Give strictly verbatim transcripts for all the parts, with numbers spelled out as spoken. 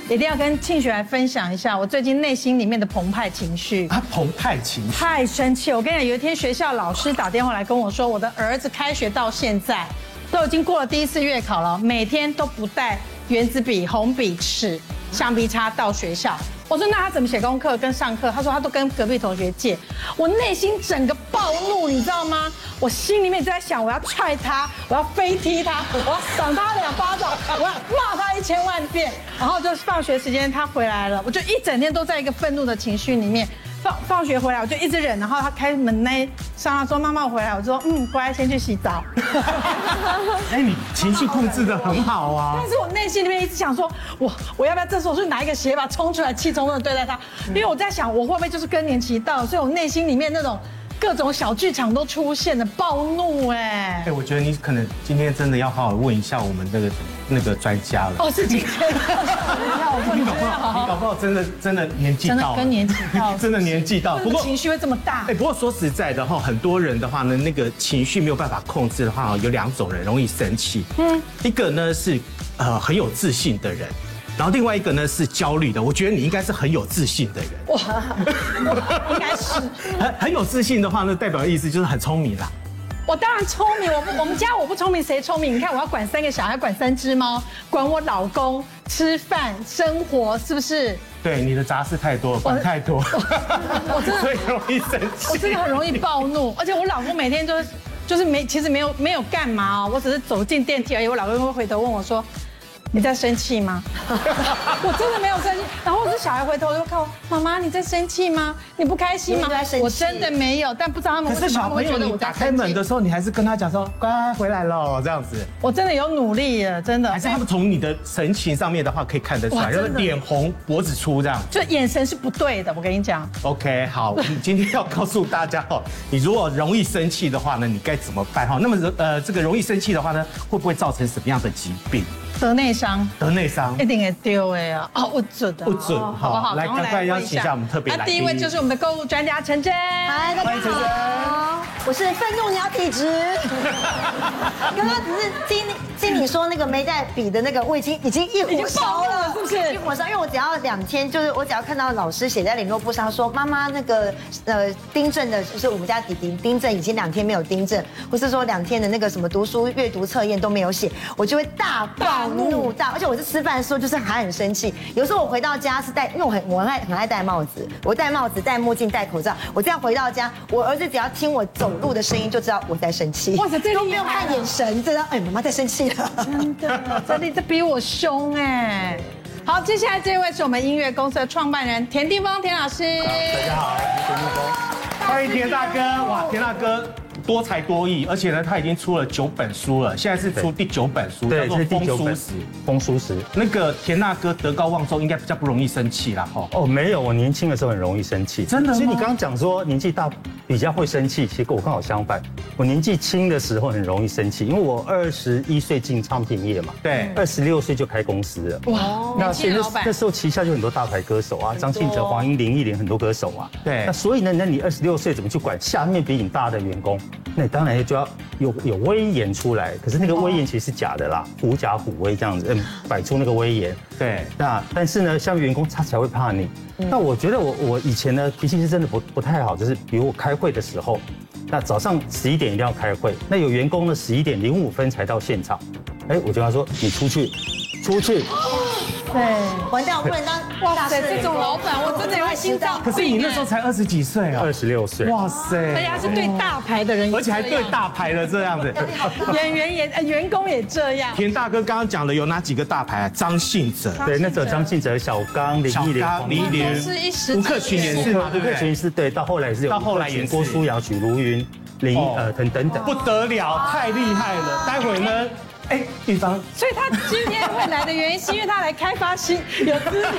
一定要跟庆雪来分享一下我最近内心里面的澎湃情绪。 啊，澎湃情绪， 太生气！我跟你讲，有一天学校老师打电话来跟我说，我的儿子开学到现在都已经过了第一次月考了，每天都不带圆珠笔、红笔、尺、橡皮擦到学校。我说那他怎么写功课跟上课？他说他都跟隔壁同学借。我内心整个暴怒，你知道吗？我心里面就在想，我要踹他，我要飞踢他，我要赏他两巴掌，我要骂他一千万遍。然后就是放学时间他回来了，我就一整天都在一个愤怒的情绪里面。放放学回来我就一直忍，然后他开门那一刹那说妈妈我回来，我就说嗯乖，先去洗澡。 哎，你情绪控制得很好啊。 但是我内心里面一直想说，我我要不要这时候去拿一个鞋把冲出来，气冲冲的对待他？因为我在想我会不会就是更年期到，所以我内心里面那种各种小剧场都出现了，暴怒哎。 哎，我觉得你可能今天真的要好好问一下我们那个那个专家了。 哦，是今天。 你搞不好，你搞不好真的真的年纪到了， 真的更年期到， 真的年纪到， 不过情绪会这么大。 哎，不过说实在的哈，很多人的话呢，那个情绪没有办法控制的话，有两种人容易生气。嗯，一个呢是呃很有自信的人。然后另外一个呢是焦虑的，我觉得你应该是很有自信的人。 哇，应该是很很有自信的话呢，代表的意思就是很聪明啦。 我当然聪明，我不我们家我不聪明谁聪明？你看我要管三个小孩，管三只猫，管我老公吃饭生活，是不是？ 对，你的杂事太多，管太多， 我真的所以容易生气。 我真的很容易暴怒，而且我老公每天就是就是没其实没有没有干嘛哦，我只是走进电梯而已，我老公会回头问我说。你在生气吗？我真的没有生气。然后我这小孩回头就看我，妈妈你在生气吗？你不开心吗？我真的没有，但不知道他们为什么会觉得我在生气。 打开门的时候，你还是跟他讲说乖回来了这样子。 我真的有努力了，真的。 还是他们从你的神情上面的话可以看得出来，就是脸红脖子粗这样。 就眼神是不对的，我跟你讲。 OK， 好，我们今天要告诉大家哦，你如果容易生气的话呢，你该怎么办哈？那么呃，这个容易生气的话呢，会不会造成什么样的疾病？ 得内伤， 得内伤一定会丢哎啊！哦，不准的， 不准，好不好？来，赶快邀请一下我们特别来宾。 那第一位就是我们的购物专家陈真， 嗨，大家好，我是愤怒鸟体质。刚刚只是听听你说那个没带笔的那个，我已经已经一火烧了， 是不是？ 一火烧，因为我只要两天，就是我只要看到老师写在联络簿上说妈妈那个呃订正的，就是我们家弟弟订正已经两天没有订正，或是说两天的那个什么读书阅读测验都没有写，我就会大暴怒大，而且我是吃饭的时候就是还很生气。有时候我回到家是戴，因为我很我很爱很爱戴帽子，我戴帽子、戴墨镜、戴口罩。我这样回到家，我儿子只要听我走路的声音就知道我在生气。哇塞，这都不用看眼神，知道哎妈妈在生气了。 真的，真的这比我凶哎。好，接下来这位是我们音乐公司的创办人田定峰田老师。 大家好，我是田定峰，欢迎田大哥。哇，田大哥。多才多艺，而且呢，他已经出了九本书了，现在是出第九本书，叫做《风书石》。 风书石， 那个田大哥德高望重，应该比较不容易生气啦，哈。 哦，没有，我年轻的时候很容易生气。 真的吗？ 其实你刚刚讲说年纪大比较会生气，其实跟我刚好相反。我年纪轻的时候很容易生气，因为我二十一岁进唱片业嘛， 对， 二十六岁就开公司了。 哇， 那其实那时候旗下就很多大牌歌手啊，张信哲、黄英、林忆莲很多歌手啊。 对， 那所以呢，那你二十六岁怎么去管下面比你大的员工？那你当然就要有有威严出来，可是那个威严其实是假的啦，狐假虎威这样子，嗯，摆出那个威严。 对， 那但是呢，下面员工他才会怕你。那我觉得我我以前呢脾气是真的不不太好，就是比如我开会的时候，那早上十一点一定要开会，那有员工呢十一点零五分才到现场，哎，我就跟他说你出去，出去。 对，完蛋，我不能当哇塞，这种老板我真的有心脏病。 可是你那时候才二十几岁啊， 二十六岁。 哇塞， 而且还是对大牌的人， 而且还对大牌的这样子， 演员也员工也这样。 田大哥刚刚讲的有哪几个大牌啊？张信哲， 对，那时候张信哲、小刚、林忆莲、 林忆莲是一时。 吴克群也是嘛，对不对？ 吴克群是对，到后来也是有， 到后来也郭书瑶、许茹芸、林呃等等等， 不得了，太厉害了。待会呢？哎，玉芳， 所以他今天会来的原因，是因为他来开发新有资源。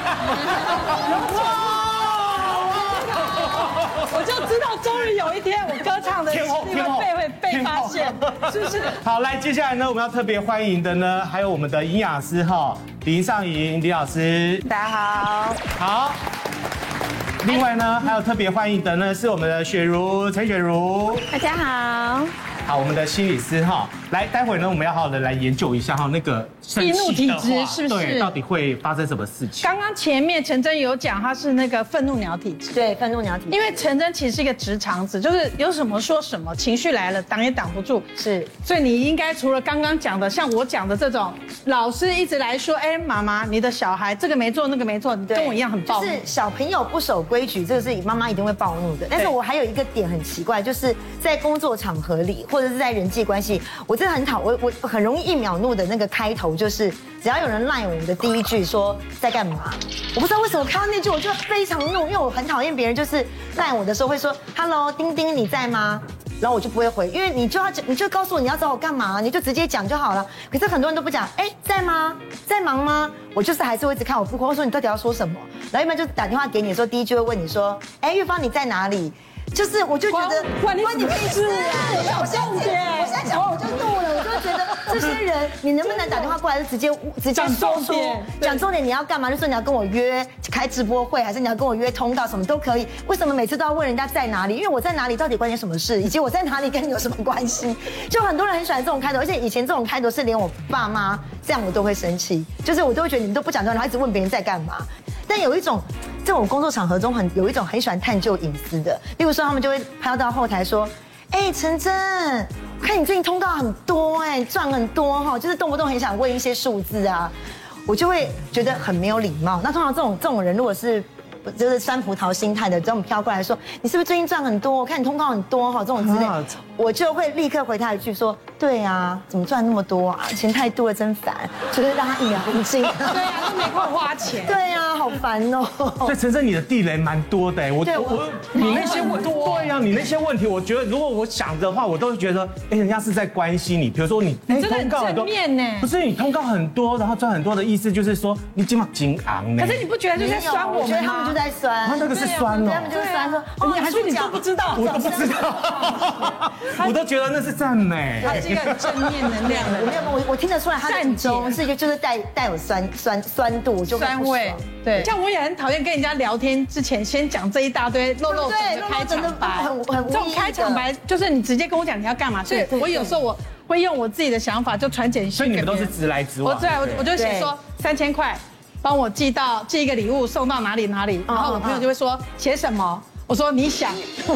我就知道，终于有一天我歌唱的实力会被会被发现，是不是？ 好，来，接下来呢，我们要特别欢迎的呢，还有我们的营养师哈，林尚颖李老师， 大家好， 好。另外呢，还有特别欢迎的呢，是我们的雪茹陈雪茹， 大家好。 好，我们的心理师哈，来，待会呢，我们要好好的来研究一下哈，那个易怒体质是不是？ 对，到底会发生什么事情？ 刚刚前面陈真有讲，他是那个愤怒鸟体质。 对，愤怒鸟体质。 因为陈真其实是一个直肠子，就是有什么说什么，情绪来了挡也挡不住。 是， 所以你应该除了刚刚讲的，像我讲的这种，老师一直来说，哎，妈妈，你的小孩这个没做那个没做，你跟我一样很暴怒。 就是小朋友不守规矩，这个是妈妈一定会暴怒的。但是我还有一个点很奇怪，就是在工作场合里，或者是在人际关系，我真的很讨我我很容易一秒怒的那个开头，就是只要有人赖我的第一句说在干嘛，我不知道为什么看到那句我就非常怒，因为我很讨厌别人就是赖我的时候会说 Hello 丁丁你在吗？然后我就不会回，因为你就要你就告诉我你要找我干嘛，你就直接讲就好了。可是很多人都不讲，哎，在吗？在忙吗？我就是还是会一直看我不回，我说你到底要说什么？然后一般就打电话给你的时候，第一句会问你说，哎，玉芳你在哪里？就是我就觉得关你屁事啊！ 我现在我现在讲话我就怒了，我就觉得这些人，你能不能打电话过来就直接直接说出讲重点你要干嘛？就说你要跟我约开直播会，还是你要跟我约通告，什么都可以。为什么每次都要问人家在哪里？因为我在哪里到底关你什么事？以及我在哪里跟你有什么关系？就很多人很喜欢这种开头，而且以前这种开头是连我爸妈这样我都会生气，就是我都会觉得你们都不讲话，然后一直问别人在干嘛。但有一种，这种工作场合中很有一种很喜欢探究隐私的，例如说他们就会拍到后台说，哎，陈真，我看你最近通告很多哎，赚很多哈，就是动不动很想问一些数字啊，我就会觉得很没有礼貌。那通常这种这种人如果是就是酸葡萄心态的，这种飘过来说，你是不是最近赚很多？我看你通告很多哈，这种之类，我就会立刻回他一句说，对啊，怎么赚那么多啊？钱太多了，真烦，就是让他一秒不进。 对啊，都没空花钱。 对啊，好烦哦。 所以陈真，你的地雷蛮多的哎，我我你那些问对呀，你那些问题，我觉得如果我想的话，我都会觉得，哎，人家是在关心你。比如说你， 你真的很正面呢。 不是你通告很多，然后赚很多的意思就是说你今晚金昂呢。 可是你不觉得就在酸我们吗？ 在酸， 他那个是酸哦， 他们就是酸说， 哦，还是你都不知道， 我都不知道，我都觉得那是赞美。 他是一个很正面能量的， 我没有，我我听得出来他的语中是一个就是带带有酸酸酸度，就酸味。对，像我也很讨厌跟人家聊天之前先讲这一大堆漏漏的开场白， 很很这种开场白就是你直接跟我讲你要干嘛，所以我有时候我会用我自己的想法就传简讯。 所以你们都是直来直往。 我对，我我就写说三千块。帮我寄到寄一个礼物送到哪里哪里，然后我朋友就会说写什么，我说你想，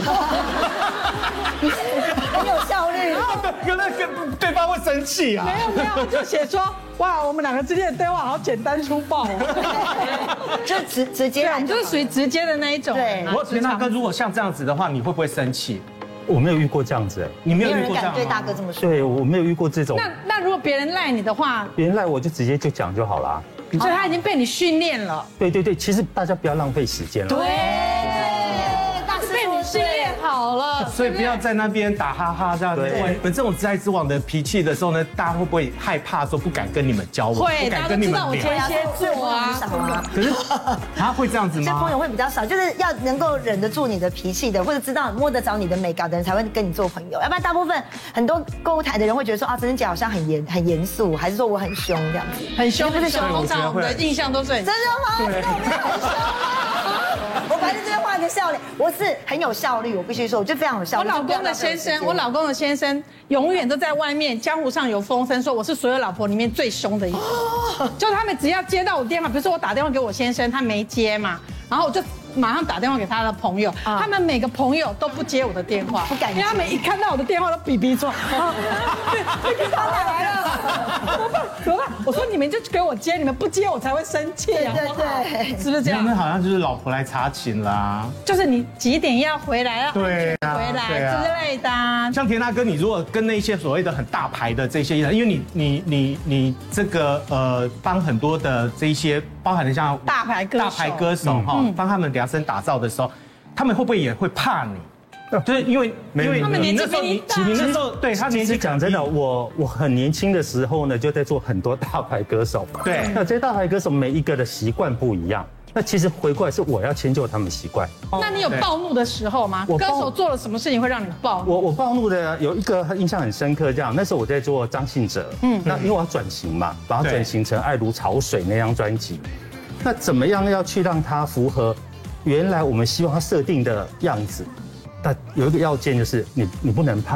很有效率， 有那个对方会生气啊？ 没有没有，就写说哇，我们两个之间的对话好简单粗暴哦， 就直直接， 我们就是属于直接的那一种。 对， 我田大哥，如果像这样子的话，你会不会生气？ 我没有遇过这样子， 你没有遇过这样，对大哥这么说。 对，我没有遇过这种。 那那如果别人赖你的话， 别人赖我就直接就讲就好了。 所以他已经被你训练了。 对对对，其实大家不要浪费时间了。 对，大师被你训练好了， 所以不要在那边打哈哈这样子。对，这种直来直往的脾气的时候呢，大家会不会害怕说不敢跟你们交往？ 会， 不敢跟你们聊。 天蝎座啊， 可是他会这样子吗？ 就朋友会比较少，就是要能够忍得住你的脾气的，或者知道摸得着你的美感的人才会跟你做朋友。要不然大部分很多购物台的人会觉得说啊，陈真姐好像很严很严肃，还是说我很凶这样子？ 很凶，不是凶，通常我们的印象都是很真的吗？真的很凶吗？我反正这边画一个笑脸，我是很有效率，我必须说，我就非常有效率。 我老公的先生，我老公的先生永远都在外面，江湖上有风声说我是所有老婆里面最凶的一个。就他们只要接到我电话，比如说我打电话给我先生，他没接嘛，然后我就马上打电话给他的朋友，他们每个朋友都不接我的电话， 不敢接， 因为他们一看到我的电话都比比说，这个他哪来了？怎么办？怎么办？我说你们就给我接，你们不接我才会生气啊！ 对对， 是不是这样？ 那好像就是老婆来查寝啦， 就是你几点要回来，要对回来之类的。 像田大哥，你如果跟那些所谓的很大牌的这些艺人，因为你你你你这个呃帮很多的这一些包含的像大牌歌手大牌歌手哈，帮他们量身打造的时候，他们会不会也会怕你？就是因为因为他们年纪比你大， 你那时候对他年纪讲真的，我我很年轻的时候呢，就在做很多大牌歌手。 对， 那这些大牌歌手每一个的习惯不一样。那其实回过来是我要迁就他们习惯。 那你有暴怒的时候吗？歌手做了什么事情会让你暴怒？ 我我暴怒的有一个印象很深刻，这样那时候我在做张信哲，嗯，那因为我要转型嘛，把它转型成《爱如潮水》那张专辑，那怎么样要去让它符合原来我们希望它设定的样子？但有一个要件就是你你不能胖，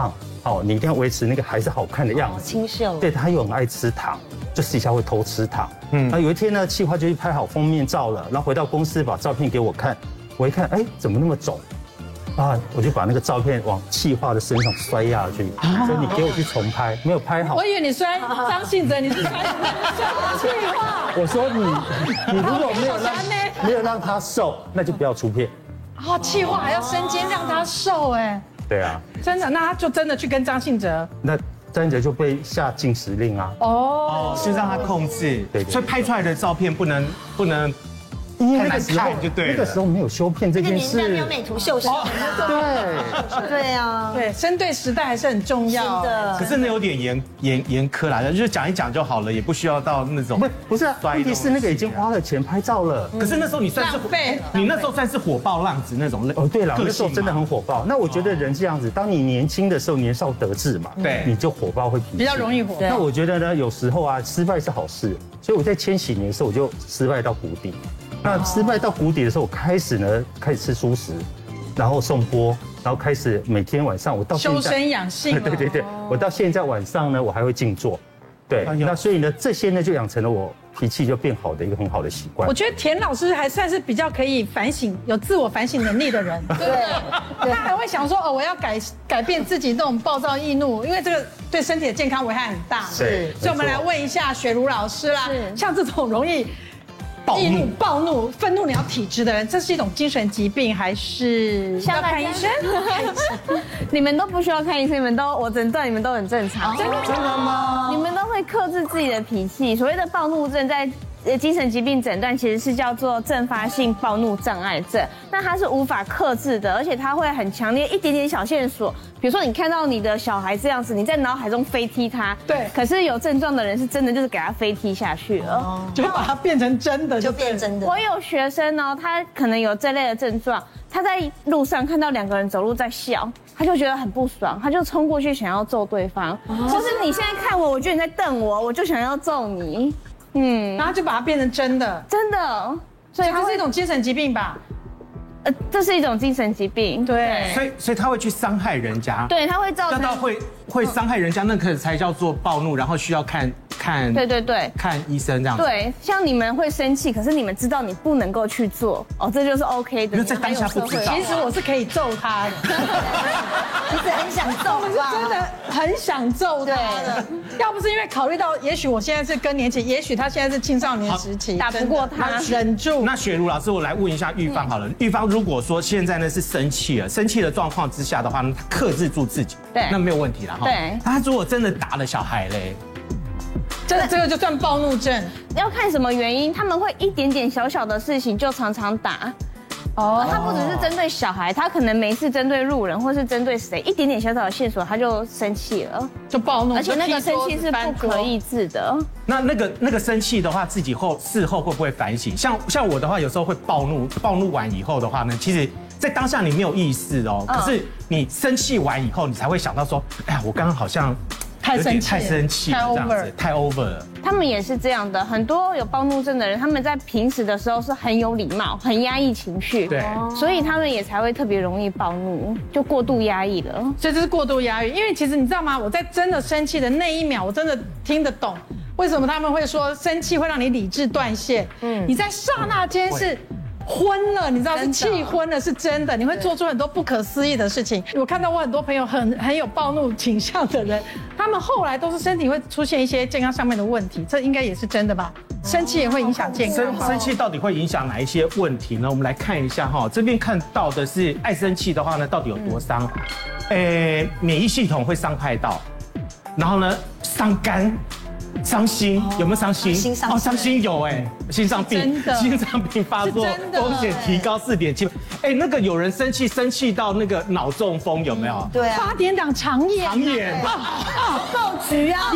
哦，你一定要维持那个还是好看的样子。 清秀。 对，他又很爱吃糖，就私底下会偷吃糖。嗯，那有一天呢，企划就去拍好封面照了，然后回到公司把照片给我看，我一看，哎，怎么那么肿？啊，我就把那个照片往企划的身上摔下去，所以你给我去重拍，没有拍好。 我以为你摔张信哲，你是摔摔气话。 我说你，你如果没有让没有让他瘦，那就不要出片。 哦，气话还要身兼让他瘦哎。 对啊， 真的，那他就真的去跟张信哲。 那张信哲就被下禁食令啊。 哦， 是让他控制， 对， 所以拍出来的照片不能不能。 因为那个时候就对了， 那个时候没有修片这件事， 那个年代没有美图秀秀， 对对啊， 对，生对时代还是很重要的。 可是那有点严严严苛啦，就是讲一讲就好了，也不需要到那种。 不不是啊，问题是那个已经花了钱拍照了。 可是那时候你算是浪费了， 你那时候算是火爆浪子那种类。 哦，对了，那时候真的很火爆。那我觉得人这样子，当你年轻的时候年少得志嘛， 对， 你就火爆会脾气比较容易火。 那我觉得呢，有时候啊，失败是好事，所以我在千禧年的时候我就失败到谷底。那失败到谷底的时候，我开始呢开始吃蔬食，然后颂钵，然后开始每天晚上我到修身养性。 对对对，我到现在晚上呢，我还会静坐。对，那所以呢，这些呢就养成了我脾气就变好的一个很好的习惯。 我觉得田老师还算是比较可以反省、有自我反省能力的人。对，他还会想说，哦，我要改改变自己那种暴躁易怒，因为这个对身体的健康危害很大。 是， 所以我们来问一下雪茹老师啦，像这种容易易怒、暴怒、愤怒鸟体质的人，这是一种精神疾病还是要看医生？ 你们都不需要看医生，你们都我诊断你们都很正常。 真的真的吗？ 你们都会克制自己的脾气。所谓的暴怒症，在呃精神疾病诊断其实是叫做阵发性暴怒障碍症。那它是无法克制的，而且它会很强烈，一点点小线索，比如说你看到你的小孩这样子，你在脑海中飞踢他。 对。 可是有症状的人是真的就是给他飞踢下去了， 就把它变成真的， 就变真的。 我有学生呢，他可能有这类的症状，他在路上看到两个人走路在笑。他就觉得很不爽，他就冲过去想要揍对方，或是你现在看我，我觉得你在瞪我，我就想要揍你， 嗯，然后就把它变成真的， 真的， 所以这是一种精神疾病吧？ 呃，这是一种精神疾病， 对， 所以所以他会去伤害人家， 对，他会造成， 那到会会伤害人家，那可才叫做暴怒，然后需要看看， 对对对， 看医生这样子。 对，像你们会生气，可是你们知道你不能够去做，哦，这就是 OK 的。 因为在当下不知道。 其实我是可以揍他的， 其实很想揍， 我是真的很想揍他的。要不是因为考虑到，也许我现在是更年期，也许他现在是青少年时期， 打不过他， 忍住。 那雪茹老师，我来问一下玉芳好了，玉芳如果说现在呢是生气了，生气的状况之下的话，他克制住自己， 对， 那没有问题了哈。 对， 他如果真的打了小孩嘞， 这这个就算暴怒症， 要看什么原因，他们会一点点小小的事情就常常打。哦，他不只是针对小孩，他可能没事针对路人，或是针对谁，一点点小小的线索他就生气了， 就暴怒， 而且那个生气是不可抑制的。 那那个那个生气的话，自己后事后会不会反省？像像我的话，有时候会暴怒，暴怒完以后的话呢，其实在当下你没有意识哦，可是你生气完以后，你才会想到说，哎呀，我刚刚好像太生气， 太生气， 太 over， 太 over 了。 他们也是这样的，很多有暴怒症的人，他们在平时的时候是很有礼貌，很压抑情绪， 对， 所以他们也才会特别容易暴怒，就过度压抑了。 所以这是过度压抑，因为其实你知道吗？我在真的生气的那一秒，我真的听得懂为什么他们会说生气会让你理智断线。嗯，你在刹那间是昏了，你知道是气昏了，是真的，你会做出很多不可思议的事情。我看到我很多朋友很很有暴怒倾向的人，他们后来都是身体会出现一些健康上面的问题，这应该也是真的吧？生气也会影响健康。 生生气到底会影响哪一些问题呢？我们来看一下哈，这边看到的是爱生气的话呢，到底有多伤？诶，免疫系统会伤害到，然后呢，伤肝。伤心有没有伤心？哦，伤心有哎，心脏病，心脏病发作风险提高四点七。哎，那个有人生气生气到那个脑中风有没有？ 对啊， 八点档肠炎， 肠炎啊，爆菊啊，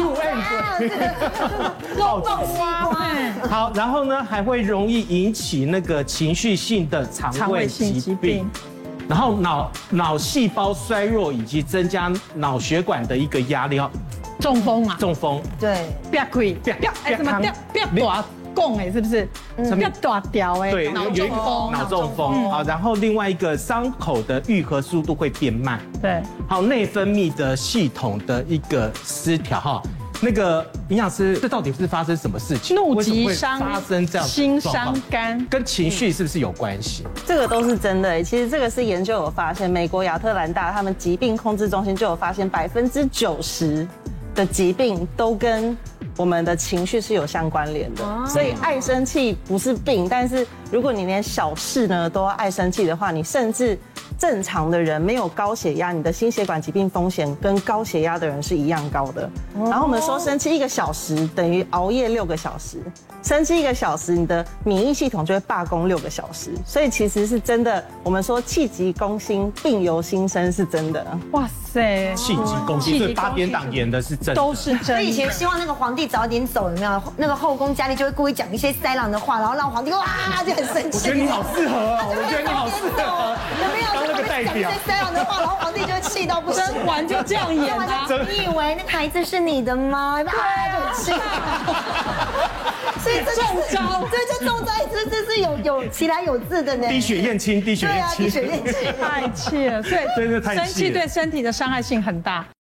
肉爆花。 好，然后呢还会容易引起那个情绪性的肠胃疾病。然后脑脑细胞衰弱以及增加脑血管的一个压力哦。 中风啊， 中风， 对， 不要亏，不要哎什么不要不要供哎，是不是？要大条哎， 对， 脑有一个中风， 脑中风啊，然后另外一个伤口的愈合速度会变慢， 对， 还有内分泌的系统的一个失调哈。那个营养师，这到底是发生什么事情？ 怒为什么会极伤发生这样子的心状况伤肝， 跟情绪是不是有关系？ 这个都是真的、欸。其实这个是研究有发现，美国亚特兰大他们疾病控制中心就有发现，百分之九十的疾病都跟我们的情绪是有相关联的。所以爱生气不是病，但是如果你连小事呢都要爱生气的话，你甚至正常的人没有高血压，你的心血管疾病风险跟高血压的人是一样高的。然后我们说生气一个小时等于熬夜六个小时，生气一个小时，你的免疫系统就会罢工六个小时。所以其实是真的，我们说气急攻心，病由心生是真的。 哇塞， 气急攻心，所以八点档演的是真的， 都是真的。 所以以前希望那个皇帝早点走，有没有？那个后宫佳丽就会故意讲一些塞狼的话，然后让皇帝哇就很生气。 我觉得你好适合哦，我觉得你好适合有没有？ 当那个代表。 讲一些塞狼的话，然后皇帝就会气到不行。 甄嬛就这样演啊！ 你以为那个孩子是你的吗？对，就很气。所以这中招，这就中招，这这是有有其来有自的呢。 滴血验亲，滴血验亲， 对啊，滴血验亲， 太气了，所以真的太气了生气对身体的伤害性很大。